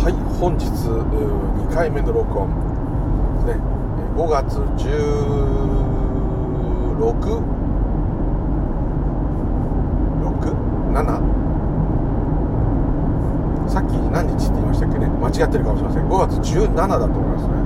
はい、本日2回目の録音ですね。5月16?7? さっき何日って言いましたっけね。間違ってるかもしれません。5月17だと思いますね。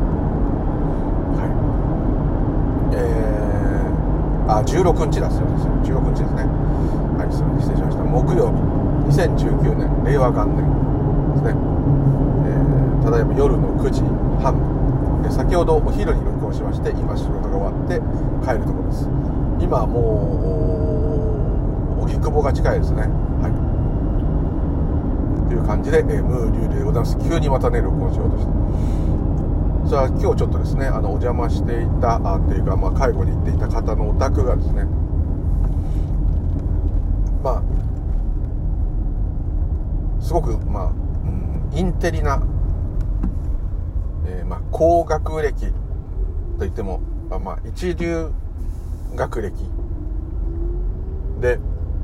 はい。16日だ。すいません。16日ですね。はい、すいません。失礼しました。木曜日、2019年、令和元年ですね。ただいま夜の9時半。先ほどお昼に録音しまして、今仕事が終わって帰るところです。今はもう荻窪が近いですね。はい。という感じで、ムーリュウでございます。急にまたね、録音しようとして。それは今日ちょっとですね、お邪魔していたっていうか、介護に行っていた方のお宅がですね、すごくインテリな、高学歴といっても、一流学歴で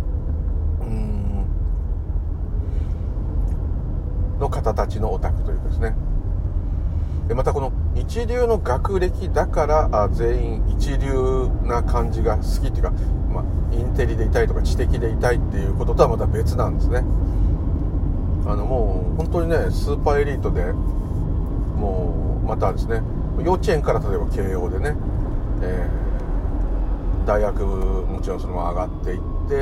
の方たちのお宅というかですね。でまたこの一流の学歴だから全員一流な感じが好きっていうか、インテリでいたいとか知的でいたいっていうこととはまた別なんですね。もう本当にね、スーパーエリートで、もうまたですね、幼稚園から例えば慶応でね、大学もちろんそのまま上がっていって、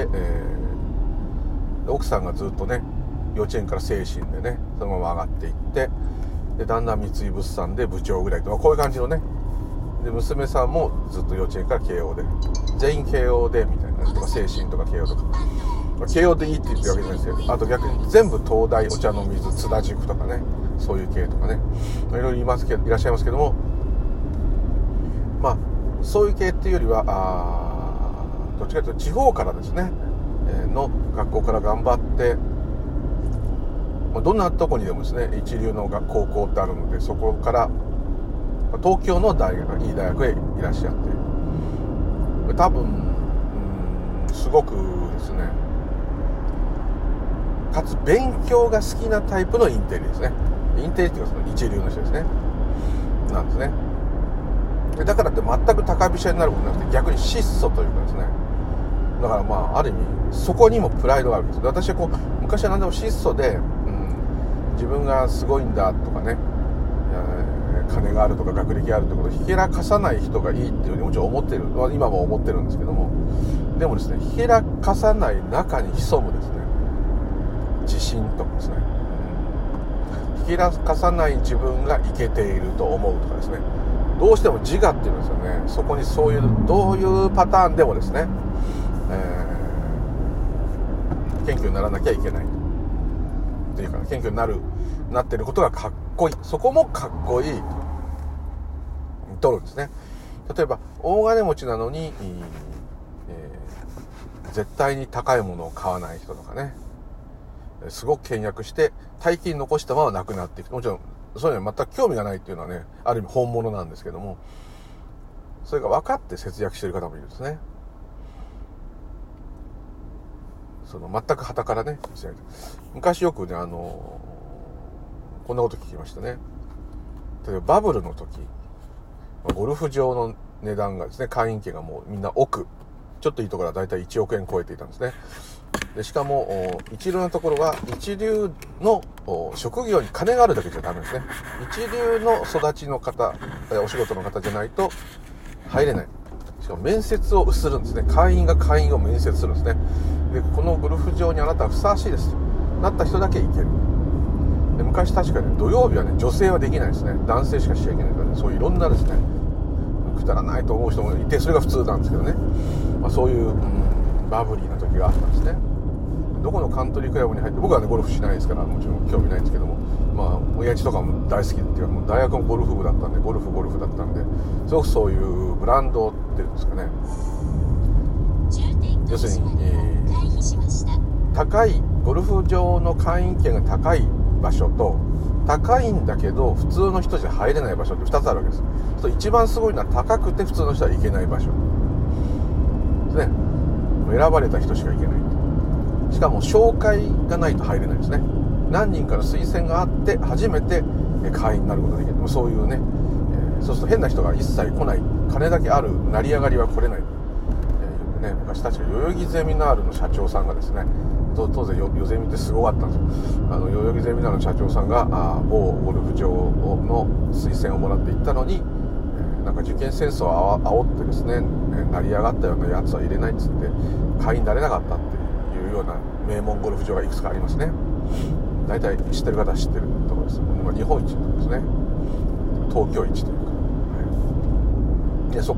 奥さんがずっとね、幼稚園から精神でね、そのまま上がっていって、でだんだん三井物産で部長ぐらいとか、こういう感じのね。で娘さんもずっと幼稚園から慶応で、全員慶応でみたいなとか、精神とか慶応とか、慶応でいいって言ってるわけじゃないですけど、あと逆に全部東大、お茶の水、津田塾とかね、そういう系とかね、いろいろいらっしゃいますけども、そういう系っていうよりはどっちかというと地方からですね、の学校から頑張って、どんなとこにでもですね、一流の高校ってあるので、そこから東京の大学、いい大学へいらっしゃって、多分すごくですね、かつ勉強が好きなタイプのインテリですね。インテリっていうかその一流の人ですね、なんですね。でだからって全く高飛車になることなくて、逆に質素というかですね、だからある意味そこにもプライドがあるんです。私は昔は何でも質素で、自分がすごいんだとかね、金があるとか学歴があるってことをひけらかさない人がいいっていうふうにもちろん思ってる、今も思ってるんですけども、でもですね、ひけらかさない中に潜むですね、自信とかですね、ひけらかさない自分がイケていると思うとかですね、どうしても自我っていうんですよね。そこにそういうどういうパターンでもですね、謙虚にならなきゃいけないっていうか、謙虚になってることがかっこいい、そこもかっこいいとるんですね。例えば大金持ちなのに、絶対に高いものを買わない人とかね、すごく倹約して大金残したまま亡くなっていく。もちろんそういうのは全く興味がないっていうのはね、ある意味本物なんですけども、それが分かって節約している方もいるんですね。その全く傍からね、昔よくね、こんなこと聞きましたね。例えばバブルの時、ゴルフ場の値段がですね、会員権がもうみんな億、ちょっといいところはだいたい1億円超えていたんですね。でしかも一流のところは一流の職業に金があるだけじゃダメですね。一流の育ちの方、お仕事の方じゃないと入れない。しかも面接をするんですね。会員が会員を面接するんですね。でこのゴルフ場にあなたはふさわしいですとなった人だけ行ける。で昔確かに土曜日はね、女性はできないですね。男性しかしちゃいけないからね、そういういろんなですね、くだらないと思う人もいて、それが普通なんですけどね、そういう、バブリーな時があったんですね。どこのカントリークラブに入って、僕はねゴルフしないですからもちろん興味ないんですけども、親父とかも大好きっていうか、もう大学もゴルフ部だったんで、ゴルフだったんで、すごくそういうブランドっていうんですかね、要するに、高いゴルフ場の会員権が高い場所と、高いんだけど普通の人じゃ入れない場所って2つあるわけです。一番すごいのは高くて普通の人は行けない場所ですね。選ばれた人しか行けない。しかも紹介がないと入れないですね。 何人かの推薦があって初めて会員になることができる。そういうね、そうすると変な人が一切来ない、金だけある成り上がりは来れない、昔確か代々木ゼミナールの社長さんがですね、当然ヨゼミってすごかったんですよ。代々木ゼミナールの社長さんが某ゴルフ場の推薦をもらって行ったのに、なんか受験戦争を煽ってですね、成り上がったようなやつは入れないっつって会員になれなかったっていうような名門ゴルフ場がいくつかありますね。大体知ってる方は知ってるところです。日本一のところですね。東京一というか、はい、でそ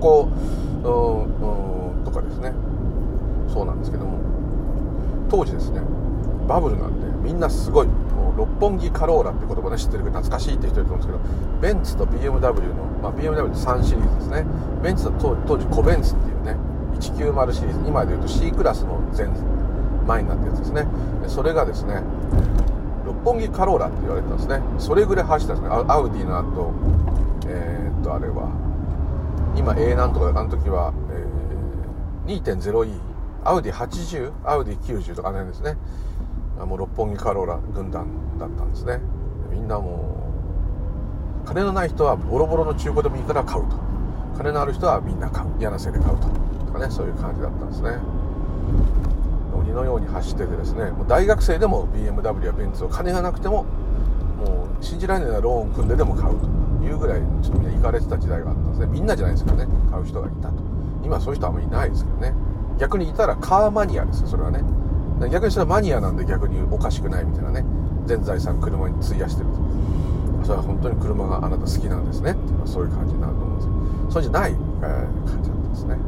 ことかですね、そうなんですけども、当時ですね、バブルなんでみんなすごい、もう六本木カローラって言葉ね、知ってるけど懐かしいって人いると思うんですけど、ベンツと BMW の、BMW3 シリーズですね。ベンツと当時コベンツっていうね190シリーズ、今でいうと C クラスの前になったやつですね。それがですね、六本木カローラって言われてたんですね。それぐらい走ったんですね。アウディの後、あれは今 A なんとか、あの時は、2.0E、 アウディ80、アウディ90とかあの辺ですね。もう六本木カローラ軍団だったんですね。みんなもう金のない人はボロボロの中古でもいいから買うと、金のある人はみんな買う、嫌なせいで買うとかね、そういう感じだったんですね。鬼のように走っててですね、もう大学生でも BMW やベンツを金がなくてももう信じられないようなローン組んででも買うというぐらいちょっとみんな行かれてた時代があったんですね。みんなじゃないですけどね、買う人がいたと。今そういう人はあんまりいないですけどね。逆にいたらカーマニアですよ、それはね。逆にそれはマニアなんで逆におかしくないみたいなね、全財産車に費やしてると、それは本当に車があなた好きなんですねっていうのはそういう感じになると思うんですよ。そうじゃない、感じだったんですね。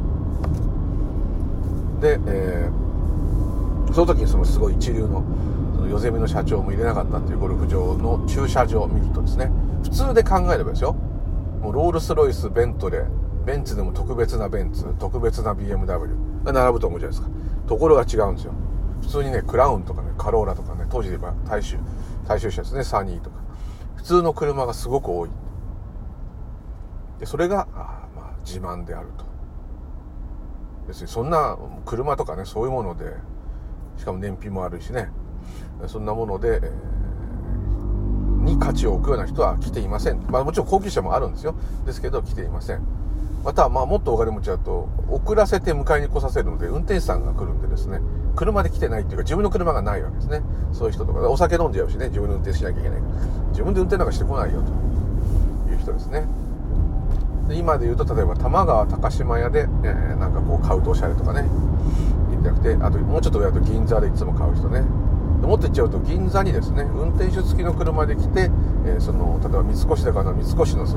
で、その時にそのすごい一流のヨゼミの社長も入れなかったっていうゴルフ場の駐車場を見るとですね、普通で考えればですよ、もうロールスロイス、ベントレー、ベンツでも特別なベンツ、特別な BMW が並ぶと思うじゃないですか。ところが違うんですよ。普通にね、クラウンとかね、カローラとかね、当時で言えば大衆車ですね、サニーとか普通の車がすごく多い。でそれが自慢であると。別にそんな車とかね、そういうもので、しかも燃費もあるしね、そんなもので、に価値を置くような人は来ていません。もちろん高級車もあるんですよ。ですけど来ていません。またもっとお金持ちだと遅らせて迎えに来させるので運転手さんが来るんでですね、車で来てないっていうか自分の車がないわけですね。そういう人とかお酒飲んじゃうしね、自分で運転しなきゃいけないから自分で運転なんかしてこないよという人ですね。で今で言うと例えば多摩川高島屋で、なんかこう買うとおしゃれとかね、じゃなくて、あともうちょっと上だと銀座でいつも買う人ね。もっと言っちゃうと銀座にですね、運転手付きの車で来て、例えば三越だから三越の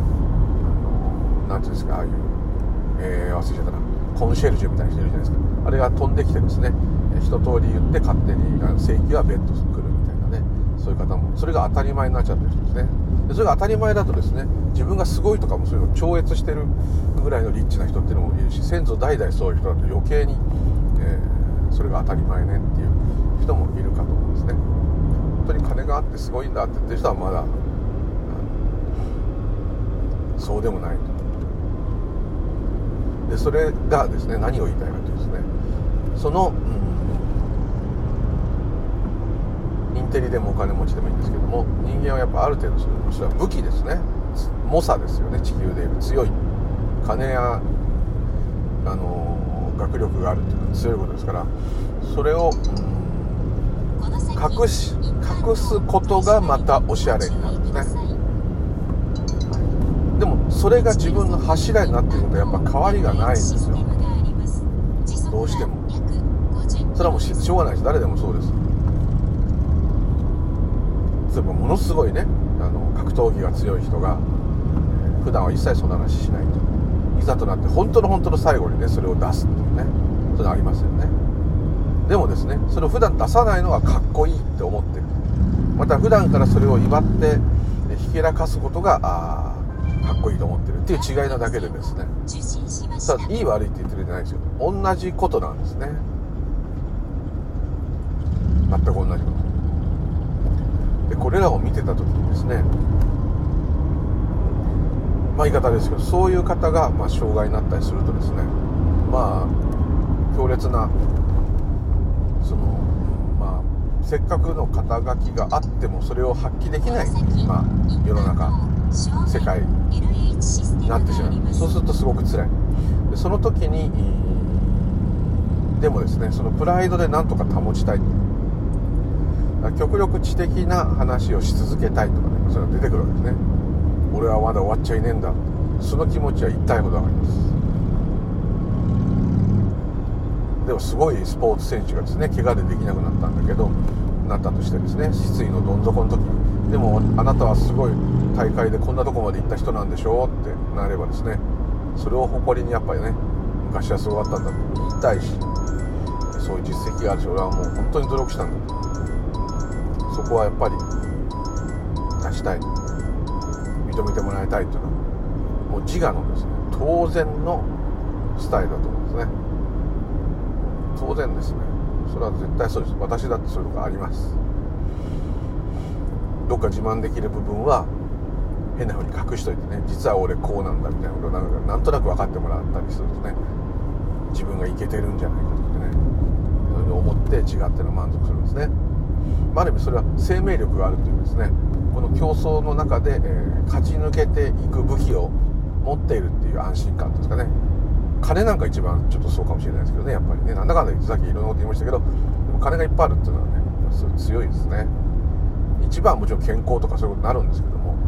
なんていうんですか、ああいう、忘れちゃったな、コンシェルジュみたいな人いるじゃないですか。あれが飛んできてですね、一通り言って勝手に請求は別途来るみたいなね、そういう方も、それが当たり前になっちゃってる人ですね。でそれが当たり前だとですね、自分がすごいとかもそういうのを超越してるぐらいのリッチな人っていうのもいるし、先祖代々そういう人だと余計に、それが当たり前ねっていう人もいるかと思うんですね。本当に金があってすごいんだって言ってる人はまだそうでもないと。でそれがですね、何を言いたいかというとですね、その、インテリでもお金持ちでもいいんですけども、人間はやっぱある程度それは武器ですね、猛者ですよね。地球でいう強い金や学力があるっていうのは強いことですから、それを、隠すことがまたおしゃれになるんですね。でもそれが自分の柱になっていることはやっぱ変わりがないんですよ、どうしても。それはもうしょうがないです。誰でもそうです。例えばものすごいね、格闘技が強い人が、普段は一切そんな話しないと、いざとなって本当の最後にねそれを出すっていうね、それありますよね。でもですね、それを普段出さないのはかっこいいって思ってる。また普段からそれを威張ってひけらかすことがかっこいいと思ってるっていう違いなだけでですね、ただいい悪いって言ってるんじゃないですよ。同じことなんですね。全く同じことで、これらを見てた時にですね、言い方ですけど、そういう方が障害になったりするとですね、強烈なせっかくの肩書きがあってもそれを発揮できない今世の中世界になってしまう。そうするとすごく辛い。でその時にでもですね、そのプライドでなんとか保ちたい、極力知的な話をし続けたいとかね、それが出てくるわけですね。俺はまだ終わっちゃいねえんだ、その気持ちは痛いほどわかります。でもすごいスポーツ選手がですね、怪我でできなくなったんだけど、なったとしてですね、失意のどん底の時に、でもあなたはすごい大会でこんなとこまで行った人なんでしょってなればですね、それを誇りにやっぱりね、昔はすごかったんだって言いたいし、そういう実績があるし、俺はもう本当に努力したんだと、そこはやっぱり出したい、認めてもらいたいというのはもう自我のですね、当然のスタイルだと思うんですね。当然ですね、それは絶対そうです。私だってそういうとこあります。どっか自慢できる部分は変な風に隠しといてね、実は俺こうなんだみたいなことをなんとなく分かってもらったりするとね、自分がイケてるんじゃないかとかね、そういうふうに思って違っての満足するんですね。ある意味それは生命力があるというですね、この競争の中で、勝ち抜けていく武器を持っているっていう安心感ですかね。金なんか一番ちょっとそうかもしれないですけどね、やっぱりね、なんだかんだ言ってさっきいろんなこと言いましたけど、でも金がいっぱいあるっていうのはね、それ強いですね。一番はもちろん健康とかそういうことになるんですけども、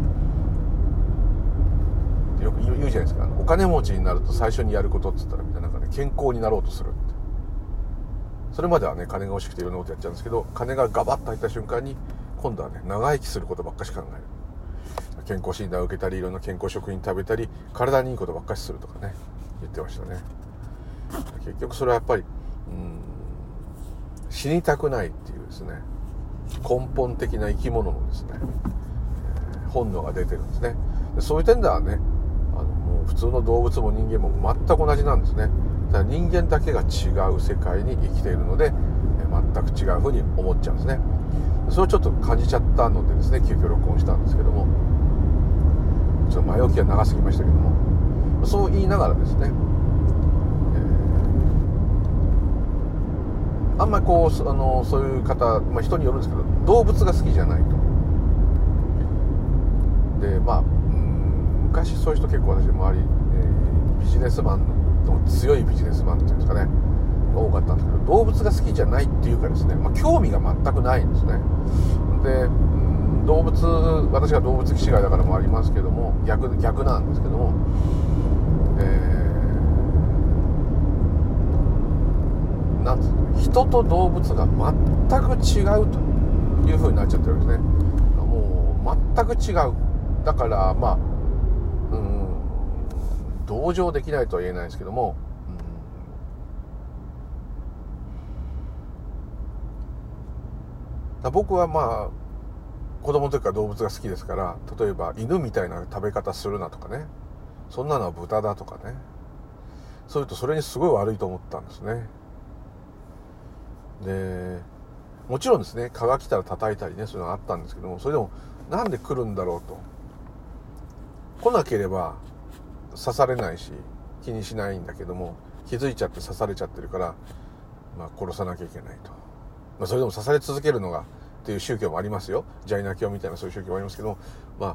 よく言うじゃないですか、お金持ちになると最初にやることって言ったらみんななんかね、健康になろうとするって。それまではね、金が欲しくていろんなことやっちゃうんですけど、金がガバッと入った瞬間に今度はね、長生きすることばっかし考える。健康診断を受けたり、いろんな健康食品食べたり、体にいいことばっかしするとかね、言ってましたね。結局それはやっぱり死にたくないっていうですね、根本的な生き物のですね、本能が出てるんですね。でそういう点ではね、もう普通の動物も人間も全く同じなんですね。だから人間だけが違う世界に生きているので、全く違うふうに思っちゃうんですね。それをちょっと感じちゃったのでですね、急遽録音したんですけども、ちょっと前置きが長すぎましたけども、そう言いながらですね、あんまりこうそういう方、人によるんですけど、動物が好きじゃないと。で昔そういう人結構私周り、ビジネスマンの強いビジネスマンっていうんですかね、多かったんですけど、動物が好きじゃないっていうかですね、興味が全くないんですね。で動物、私が動物騎士外だからもありますけども、逆なんですけども、なんですか、人と動物が全く違うという風になっちゃってるんですね。もう全く違う。だから同情できないとは言えないですけども、僕は子供の時から動物が好きですから、例えば犬みたいな食べ方するなとかね、そんなのは豚だとかね、そういうとそれにすごい悪いと思ったんですね。でもちろんですね、蚊が来たら叩いたりね、そういうのがあったんですけども、それでもなんで来るんだろうと、来なければ刺されないし気にしないんだけども、気づいちゃって刺されちゃってるから、殺さなきゃいけないと。それでも刺され続けるのがっていう宗教もありますよ。ジャイナ教みたいなそういう宗教もありますけども、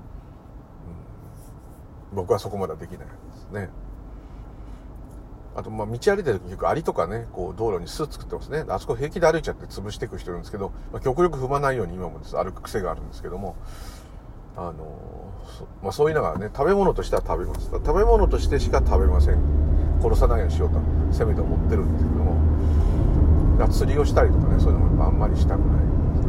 僕はそこまではできないですね。あと道歩いてる時結構アリとかね、こう道路に巣作ってますね。あそこ平気で歩いちゃって潰していく人いるんですけど、極力踏まないように今も歩く癖があるんですけども、そういうのがね、食べ物としては食べます。食べ物としてしか食べません。殺さないようにしようとせめて思ってるんですけども、釣りをしたりとかね、そういうのもあんまりしたくないです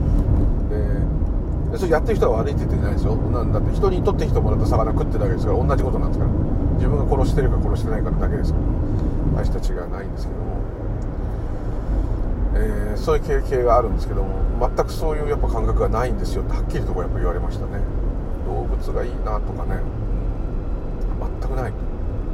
ね。でそれやってる人は悪いって言ってないですよ。だって人に取ってきてもらった魚食ってるだけですから、同じことなんですから、自分が殺してるか殺してないかだけですから、大した違いはないんですけども、そういう経験があるんですけども、全くそういうやっぱ感覚がないんですよってはっきりとやっぱ言われましたね。動物がいいなとかね、全くないと。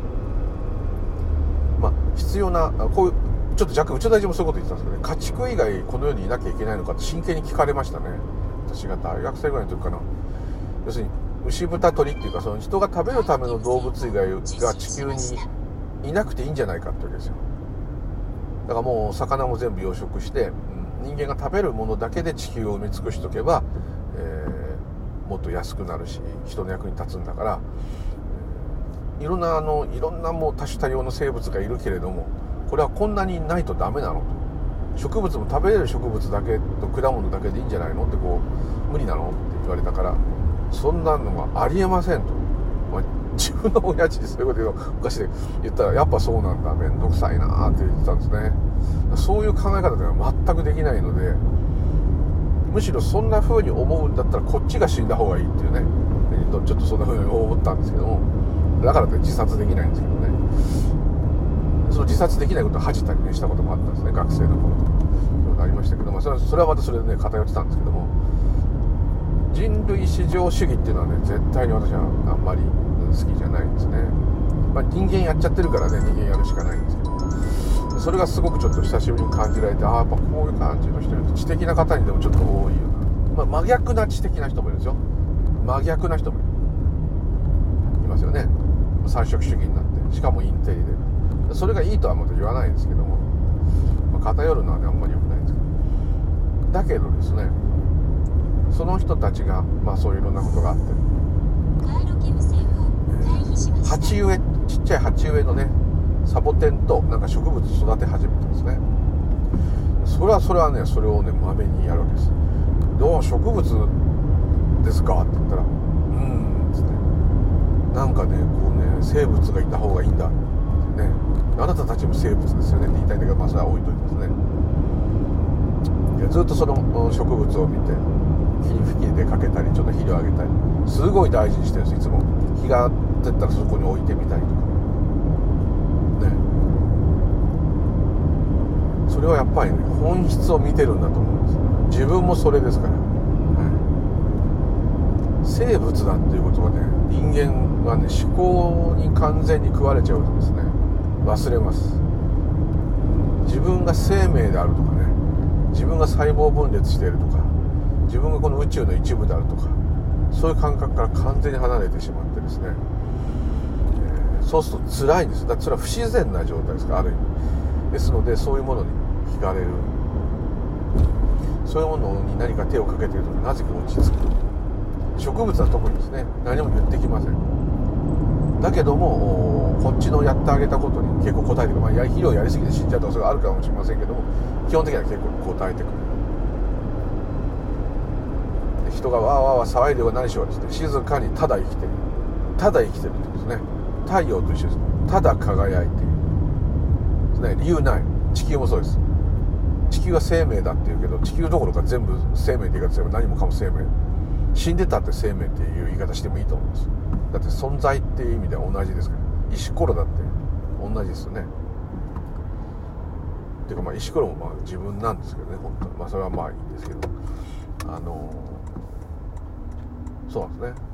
必要なこういうちょっと若干うちの大臣もそういうこと言ってたんですけどね、家畜以外この世にいなきゃいけないのかって真剣に聞かれましたね。私が大学生ぐらいの時かな。要するに牛豚鳥っていうか、その人が食べるための動物以外が地球にいなくていいんじゃないかってわけですよ。だからもう魚も全部養殖して、 人間が食べるものだけで地球を埋め尽くしとけば、もっと安くなるし人の役に立つんだから、いろんなもう多種多様な生物がいるけれども、これはこんなにないとダメなのと、植物も食べれる植物だけと果物だけでいいんじゃないのって無理なのって言われたから、そんなのはありえませんと、自分の親父にそういうことを昔で言ったら、やっぱそうなんだ、めんどくさいなって言ってたんですね。そういう考え方では全くできないので、むしろそんな風に思うんだったらこっちが死んだ方がいいっていうね、ちょっとそんな風に思ったんですけども、だからって自殺できないんですけどね、その自殺できないことを恥じたりねしたこともあったんですね、学生の頃とかありましたけど、それはまたそれでね偏ってたんですけども、人類至上主義っていうのはね絶対に私はあんまり好きじゃないんですね。人間やっちゃってるからね、人間やるしかないんですけど、それがすごくちょっと久しぶりに感じられて、やっぱこういう感じの人いると知的な方にでもちょっと多いような、真逆な知的な人もいるんですよ。真逆な人もいますよね。三色主義になってしかもインテリで、それがいいとはまた言わないんですけども、偏るのはねあんまり良くないんですけど、だけどですね、その人たちがそういういろんなことがあって、鉢植え、ちっちゃい鉢植えのねサボテンとなんか植物育て始めたんですね。それはねそれをねまめにやるわけです。どう植物ですかって言ったら、つってなんかね生物がいた方がいいんだってね、あなたたちも生物ですよねって言いたいんだけど、それは置いといてですね、ずっとその植物を見て霧吹きでかけたりちょっと肥料あげたりすごい大事にしてるんです。いつも日が出たらそこに置いてみたりとかね、それはやっぱりね本質を見てるんだと思うんです。自分もそれですから、生物だっていうことはね、人間がね思考に完全に食われちゃうとですね忘れます。自分が生命であるとかね、自分が細胞分裂しているとか、自分がこの宇宙の一部であるとか、そういう感覚から完全に離れてしまってですね、そうすると辛いんです。だってそれは不自然な状態ですから、ある意味ですので、そういうものに惹かれる、そういうものに何か手をかけているとなぜか落ち着く。植物は特にですね何も言ってきません。だけどもこっちのやってあげたことに結構答えてくる、肥料やりすぎて死んじゃうとかそれがあるかもしれませんけども、基本的には結構答えてくる。人がわーわーわー騒いでは何しようって言って静かにただ生きている、ただ生きてるってことですね。太陽と一緒です。ただ輝いているですね。理由ない。地球もそうです。地球は生命だって言うけど、地球どころか全部生命って言い方すれば何もかも生命、死んでたって生命っていう言い方してもいいと思うんです。だって存在っていう意味では同じですから。石ころだって同じですよね。っていうか石ころも自分なんですけどね、本当にそれはいいんですけど、そうなんですね。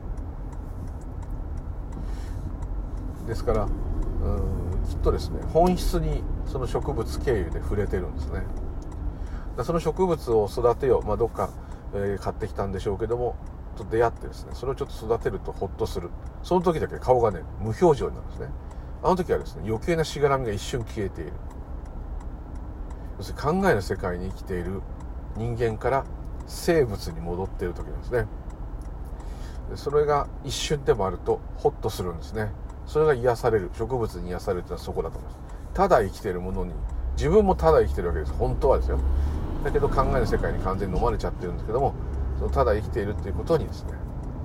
ですからきっとですね本質にその植物経由で触れてるんですね。その植物を育てよう、どっか、買ってきたんでしょうけどもと出会ってですね、それをちょっと育てるとホッとする。その時だけ顔がね無表情になるんですね。あの時はですね余計なしがらみが一瞬消えている。要するに考えの世界に生きている人間から生物に戻っている時なんですね。それが一瞬でもあるとホッとするんですね。それが癒される、植物に癒されるというのはそこだと思います。ただ生きているものに、自分もただ生きているわけです、本当はですよ。だけど考えの世界に完全に飲まれちゃってるんですけども、そのただ生きているということにですね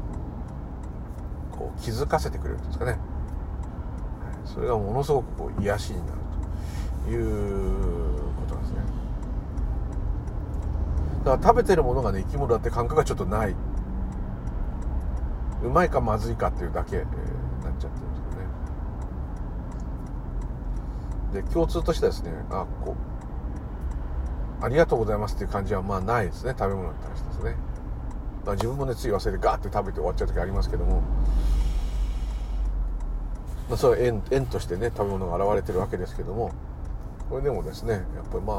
気づかせてくれるんですかね。それがものすごく癒しになるということなんですね。だから食べてるものがね生き物だって感覚がちょっとない、うまいかまずいかっていうだけ、なっちゃってるんですよね。で共通としてですねありがとうございますっていう感じはないですね、食べ物に対してですね。自分もねつい忘れてガーって食べて終わっちゃう時ありますけども、それは縁としてね食べ物が現れてるわけですけども、これでもですねやっぱり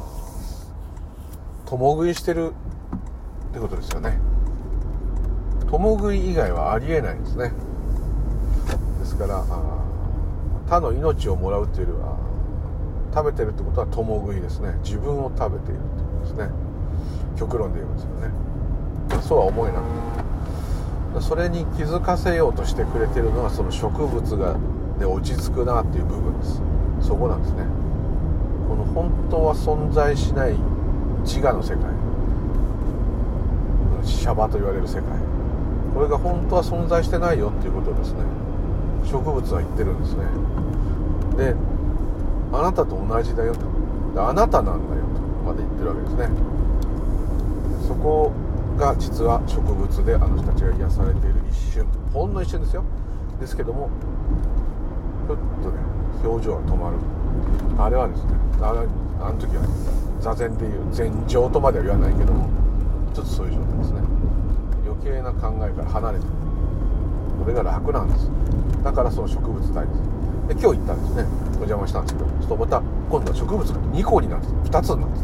共食いしてるってことですよね。共食い以外はありえないんですね。ですから他の命をもらうというよりは食べてるってことは共食いですね。自分を食べているというですね。極論で言うんですよね。そうは思えなくて、それに気づかせようとしてくれてるのはその植物で落ち着くなっていう部分です。そこなんですね。この本当は存在しない自我の世界、シャバと言われる世界、これが本当は存在してないよっていうことをですね、植物は言ってるんですね。で、あなたと同じだよと、あなたなんだよとまで言ってるわけですね。そこが実は植物で、あの人たちが癒されている一瞬、ほんの一瞬ですよ。ですけども、ふっとね、表情が止まる。あれはですね、あの時は座禅でいう禅定とまでは言わないけども、ちょっとそういう状態ですね。余計な考えから離れてる。これが楽なんです。だからその植物体です。で、今日行ったんですね、お邪魔したんですけど、そうするとまた今度は植物が2個になって2つになって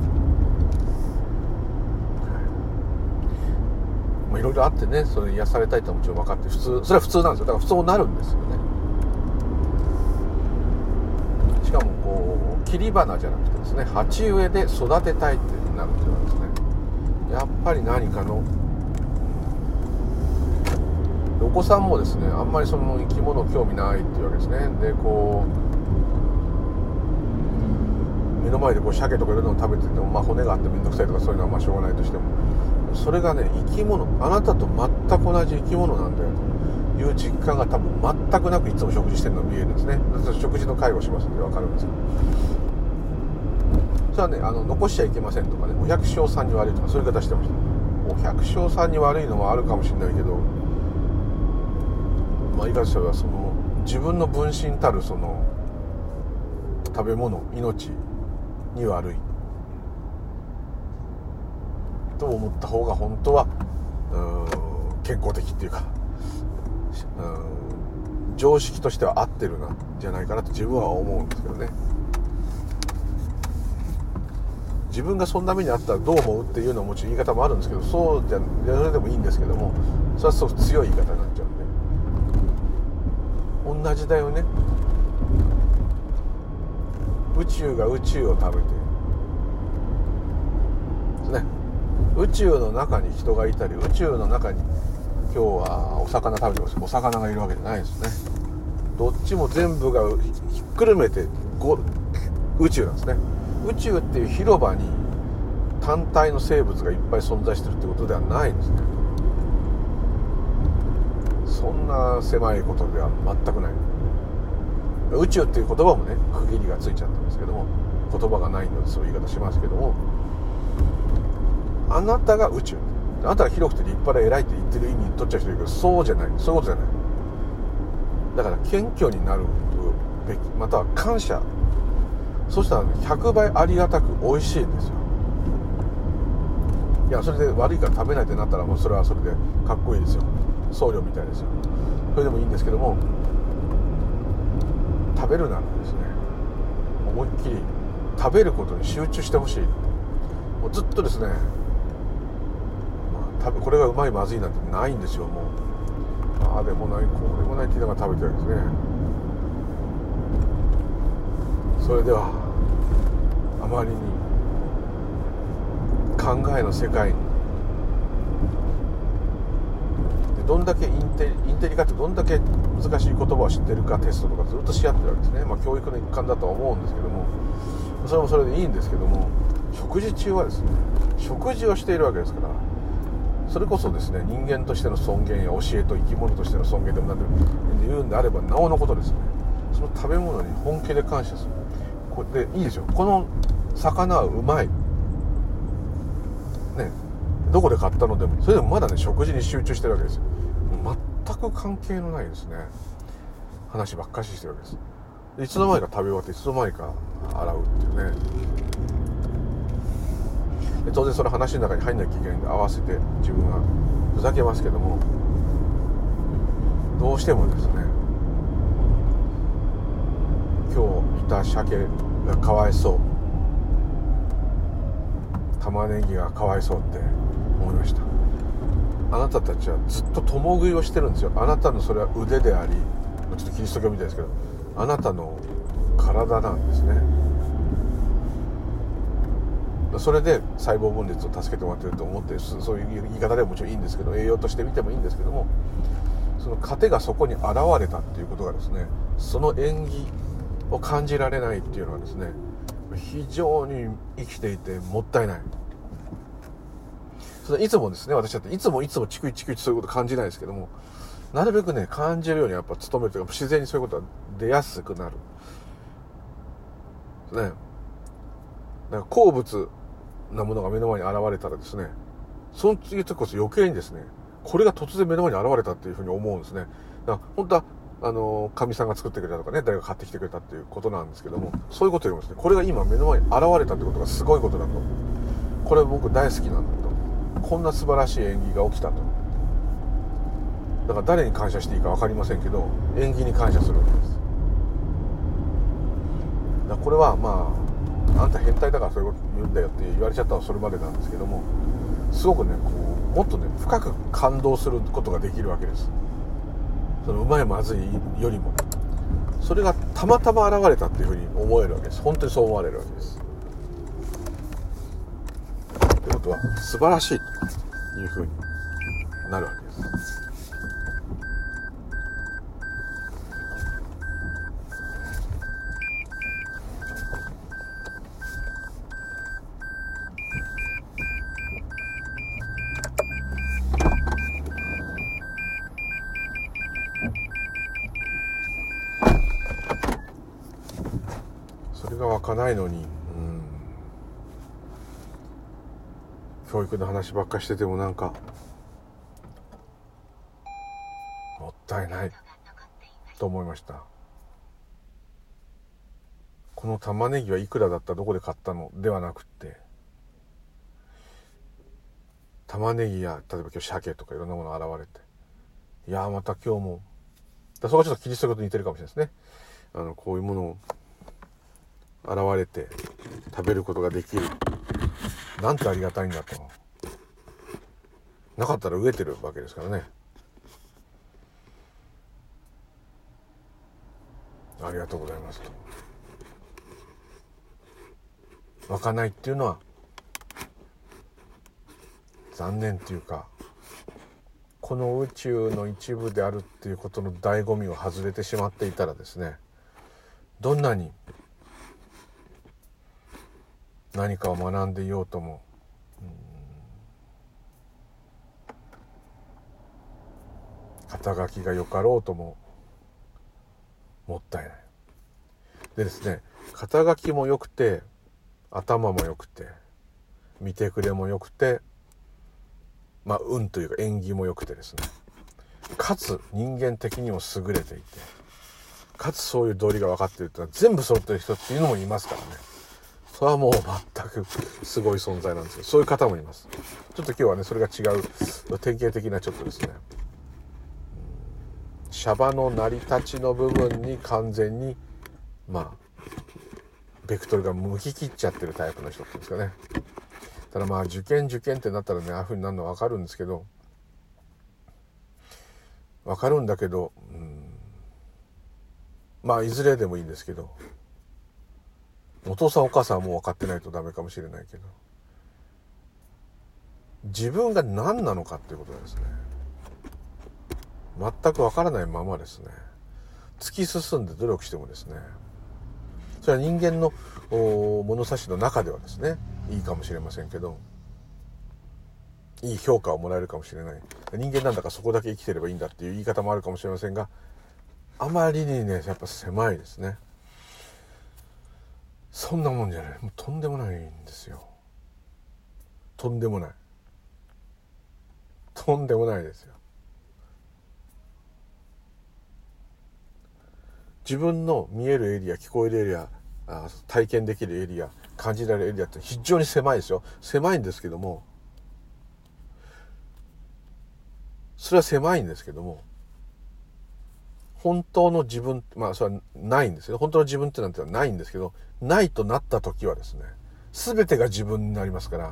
いろいろあってね、それ癒されたいってもちろん分かって、それは普通なんですよ。だから普通になるんですよね。しかもこう切り花じゃなくてですね、鉢植えで育てたいってなるっていうのはですね、やっぱり何かのお子さんもですね、あんまりその生き物興味ないっていうわけですね。で、こう目の前でこう鮭とかいろんなの食べてても、骨があって面倒くさいとかそういうのはしょうがないとしても、それがね、生き物、あなたと全く同じ生き物なんだよという実感が多分全くなくいつも食事してるのが見えるんですね。食事の介護しますので分かるんですけど、それはね、残しちゃいけませんとかね、お百姓さんに悪いとかそういう言い方してました。お百姓さんに悪いのもあるかもしれないけど、言い方としてはその自分の分身たるその食べ物、命に悪いと思った方が本当は健康的っていうか、常識としては合ってるなんじゃないかなと自分は思うんですけどね。自分がそんな目にあったらどう思うっていうのはもちろん言い方もあるんですけど、それでもいいんですけども、それはすごく強い言い方になっちゃうんで、同じだよね。宇宙が宇宙を食べてですね。宇宙の中に人がいたり、宇宙の中に今日はお魚食べてます。お魚がいるわけじゃないですね。どっちも全部がひっくるめて宇宙なんですね。宇宙っていう広場に単体の生物がいっぱい存在してるってことではないんですね。そんな狭いことでは全くない。宇宙っていう言葉もね、区切りがついちゃったんですけども、言葉がないのでそういう言い方しますけども、あなたが宇宙、あなたが広くて立派で偉いって言ってる意味に取っちゃう人いるけど、そうじゃない、そういうことじゃない。だから謙虚になるべき、または感謝、そしたら、ね、100倍ありがたく美味しいんですよ。いや、それで悪いから食べないってなったら、もうそれはそれでかっこいいですよ。僧侶みたいですよ。それでもいいんですけども、食べるならですね、思いっきり食べることに集中してほしい。もうずっとですね、これがうまいまずいなんてないんですよ。もうああでもないこうでもないって言いながら食べてるんですね。それではあまりに考えの世界にどんだけインテリかってどんだけ難しい言葉を知ってるかテストとかずっとし合ってるわけですね。教育の一環だとは思うんですけども、それもそれでいいんですけども、食事中はですね、食事をしているわけですから、それこそですね、人間としての尊厳や教えと生き物としての尊厳でもなんて言うんであればなおのことですね、その食べ物に本気で感謝する。これでいいですよ。この魚はうまいね、どこで買ったのでも、それでもまだね、食事に集中してるわけですよ。全く関係のないですね、話ばっかししてるわけです。でいつの間にか食べ終わっていつの間にか洗うっていうね。で当然その話の中に入んなきゃいけないんで合わせて自分はふざけますけども、どうしてもですね、今日いた鮭がかわいそう、玉ねぎがかわいそうって思いました。あなたたちはずっと共食いをしてるんですよ。あなたのそれは腕であり、ちょっとキリスト教みたいですけど、あなたの体なんですね。 それで細胞分裂を助けてもらってると思って、そういう言い方でももちろんいいんですけど、栄養として見てもいいんですけども、その糧がそこに現れたっていうことがですね、その縁起を感じられないっていうのはですね、非常に生きていてもったいない。それいつもですね、私だっていつも逐一そういうこと感じないですけども、なるべくね感じるようにやっぱ努めるというか、自然にそういうことが出やすくなるね。だから好物なものが目の前に現れたらですね、その次こそ余計にですね、これが突然目の前に現れたっていうふうに思うんですね。だから本当はかみさんが作ってくれたとかね、誰が買ってきてくれたっていうことなんですけども、そういうことよりもですね、これが今目の前に現れたってことがすごいことだと。これ僕大好きなんだと。こんな素晴らしい縁起が起きたと。だから誰に感謝していいか分かりませんけど、縁起に感謝するわけです。だからこれはまあ、あんた変態だからそういうこと言うんだよって言われちゃったのはそれまでなんですけども、すごくねこうもっとね深く感動することができるわけです。そのうまいまずいよりも、それがたまたま現れたっていうふうに思えるわけです。本当にそう思われるわけです。ということは素晴らしいというふうになるわけです。それが湧かないのに、教育の話ばっかしててもなんかもったいないと思いました。この玉ねぎはいくらだった、どこで買ったのではなくって、玉ねぎや例えば今日鮭とかいろんなものが現れて、いやーまた今日もそこはちょっとキリスト教と似てるかもしれないですね。こういうものを現れて食べることができる、なんてありがたいんだと。なかったら飢えてるわけですからね。ありがとうございますと。湧かないっていうのは残念っていうか、この宇宙の一部であるっていうことの醍醐味を外れてしまっていたらですね、どんなに何かを学んでいようとも、肩書きがよかろうとももったいない。でですね、肩書きも良くて頭も良くて見てくれも良くて、運というか縁起も良くてですね、かつ人間的にも優れていて、かつそういう道理が分かっているというのは全部揃っている人っていうのもいますからね。それはもう全くすごい存在なんですけど、そういう方もいます。ちょっと今日はねそれが違う典型的なちょっとですね、シャバの成り立ちの部分に完全にベクトルが向き切っちゃってるタイプの人っていうんですかね。ただ受験ってなったらね、ああいう風になるの分かるんですけど、分かるんだけど、いずれでもいいんですけど、お父さんお母さんはもう分かってないとダメかもしれないけど、自分が何なのかっていうことですね、全く分からないままですね、突き進んで努力してもですね、それは人間の物差しの中ではですねいいかもしれませんけど、いい評価をもらえるかもしれない、人間なんだからそこだけ生きてればいいんだっていう言い方もあるかもしれませんが、あまりにねやっぱ狭いですね。そんなもんじゃない、もうとんでもないんですよ。とんでもないですよ。自分の見えるエリア、聞こえるエリア、体験できるエリア、感じられるエリアって非常に狭いですよ。狭いんですけども、それは狭いんですけども、本当の自分、それはないんですよ。本当の自分ってなんてのはないんですけど、ないとなった時はですね、全てが自分になりますから、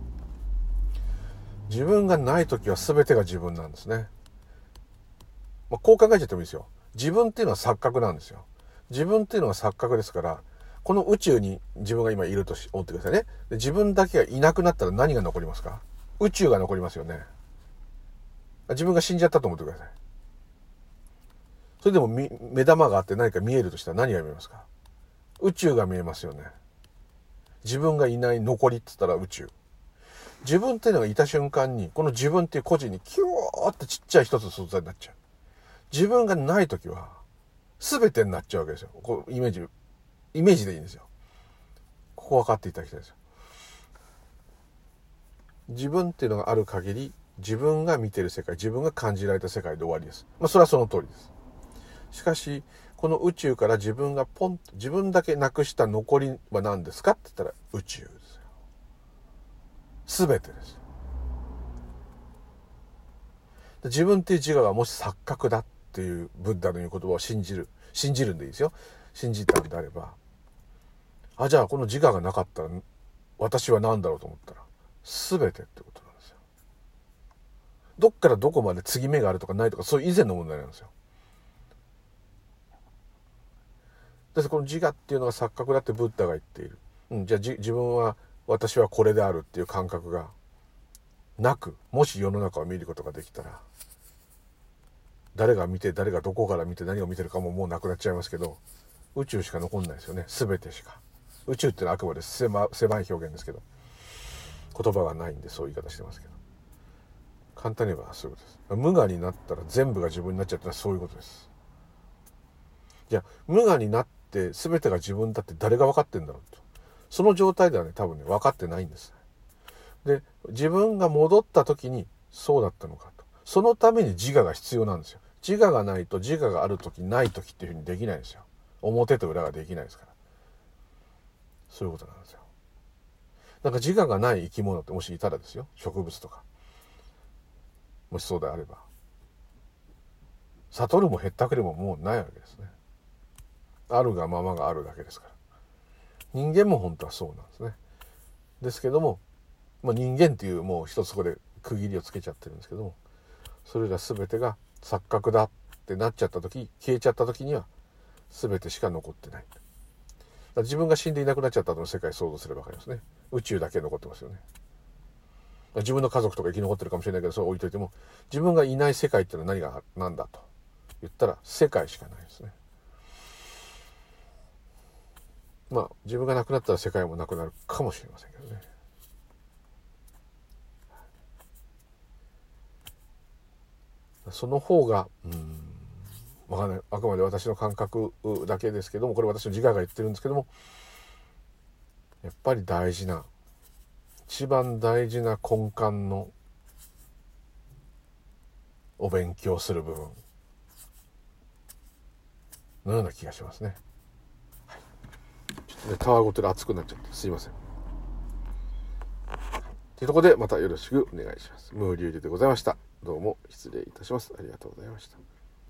自分がない時は全てが自分なんですね。こう考えちゃってもいいですよ。自分っていうのは錯覚なんですよ。自分っていうのは錯覚ですから、 この宇宙に自分が今いると思ってくださいね。で自分だけがいなくなったら何が残りますか？宇宙が残りますよね。自分が死んじゃったと思ってください。それでも目玉があって何か見えるとしたら何が見えますか？宇宙が見えますよね。自分がいない残りって言ったら宇宙。自分っていうのがいた瞬間に、この自分っていう個人にキューってちっちゃい一つの存在になっちゃう。自分がないときは全てになっちゃうわけですよ。こうイメージでいいんですよ。ここ分かっていただきたいですよ。自分っていうのがある限り、自分が見てる世界、自分が感じられた世界で終わりです。それはその通りです。しかしこの宇宙から自分がポンと、自分だけなくした残りは何ですかって言ったら宇宙ですよ。全てです。自分っていう自我がもし錯覚だっていうブッダの言う言葉を信じるんでいいですよ。信じたんであれば、じゃあこの自我がなかったら私は何だろうと思ったら全てってことなんですよ。どっからどこまで継ぎ目があるとかないとか、そういう以前の問題なんですよ。ですこの自我っていうのが錯覚だってブッダが言っている。じゃあ自分は、私はこれであるっていう感覚がなく、もし世の中を見ることができたら、誰が見て、誰がどこから見て何を見てるかもうなくなっちゃいますけど、宇宙しか残んないですよね。全てしか。宇宙っていうのはあくまで狭い表現ですけど、言葉がないんでそういう言い方してますけど、簡単に言えばそういうことです。無我になったら全部が自分になっちゃったらそういうことです。じゃあ無我になって全てが自分だって誰が分かってんだろうと、その状態ではね多分ね分かってないんです。で自分が戻った時にそうだったのかと、そのために自我が必要なんですよ。自我がないと自我がある時ない時っていうふうにできないんですよ。表と裏ができないですから。そういうことなんですよ。なんか自我がない生き物ってもしいたらですよ、植物とかもしそうであれば、悟るもへったくれももうないわけですね。あるがままがあるだけですから。人間も本当はそうなんですね。ですけども、人間っていうもう一つそこで区切りをつけちゃってるんですけども、それら全てが錯覚だってなっちゃった時、消えちゃった時には全てしか残ってない。自分が死んでいなくなっちゃった後の世界を想像すれば分かりますね。宇宙だけ残ってますよね。自分の家族とか生き残ってるかもしれないけど、それ置いといても、自分がいない世界っていうのは何だと言ったら世界しかないですね。自分が亡くなったら世界もなくなるかもしれませんけどね。その方がわかんない。あくまで私の感覚だけですけども、これ私の自我が言ってるんですけども、やっぱり一番大事な根幹のお勉強する部分のような気がしますね。はい、ちょっとねたわごとで熱くなっちゃってすいません。というところでまたよろしくお願いします。ムーリュウリでございました。どうも失礼いたします。ありがとうございました。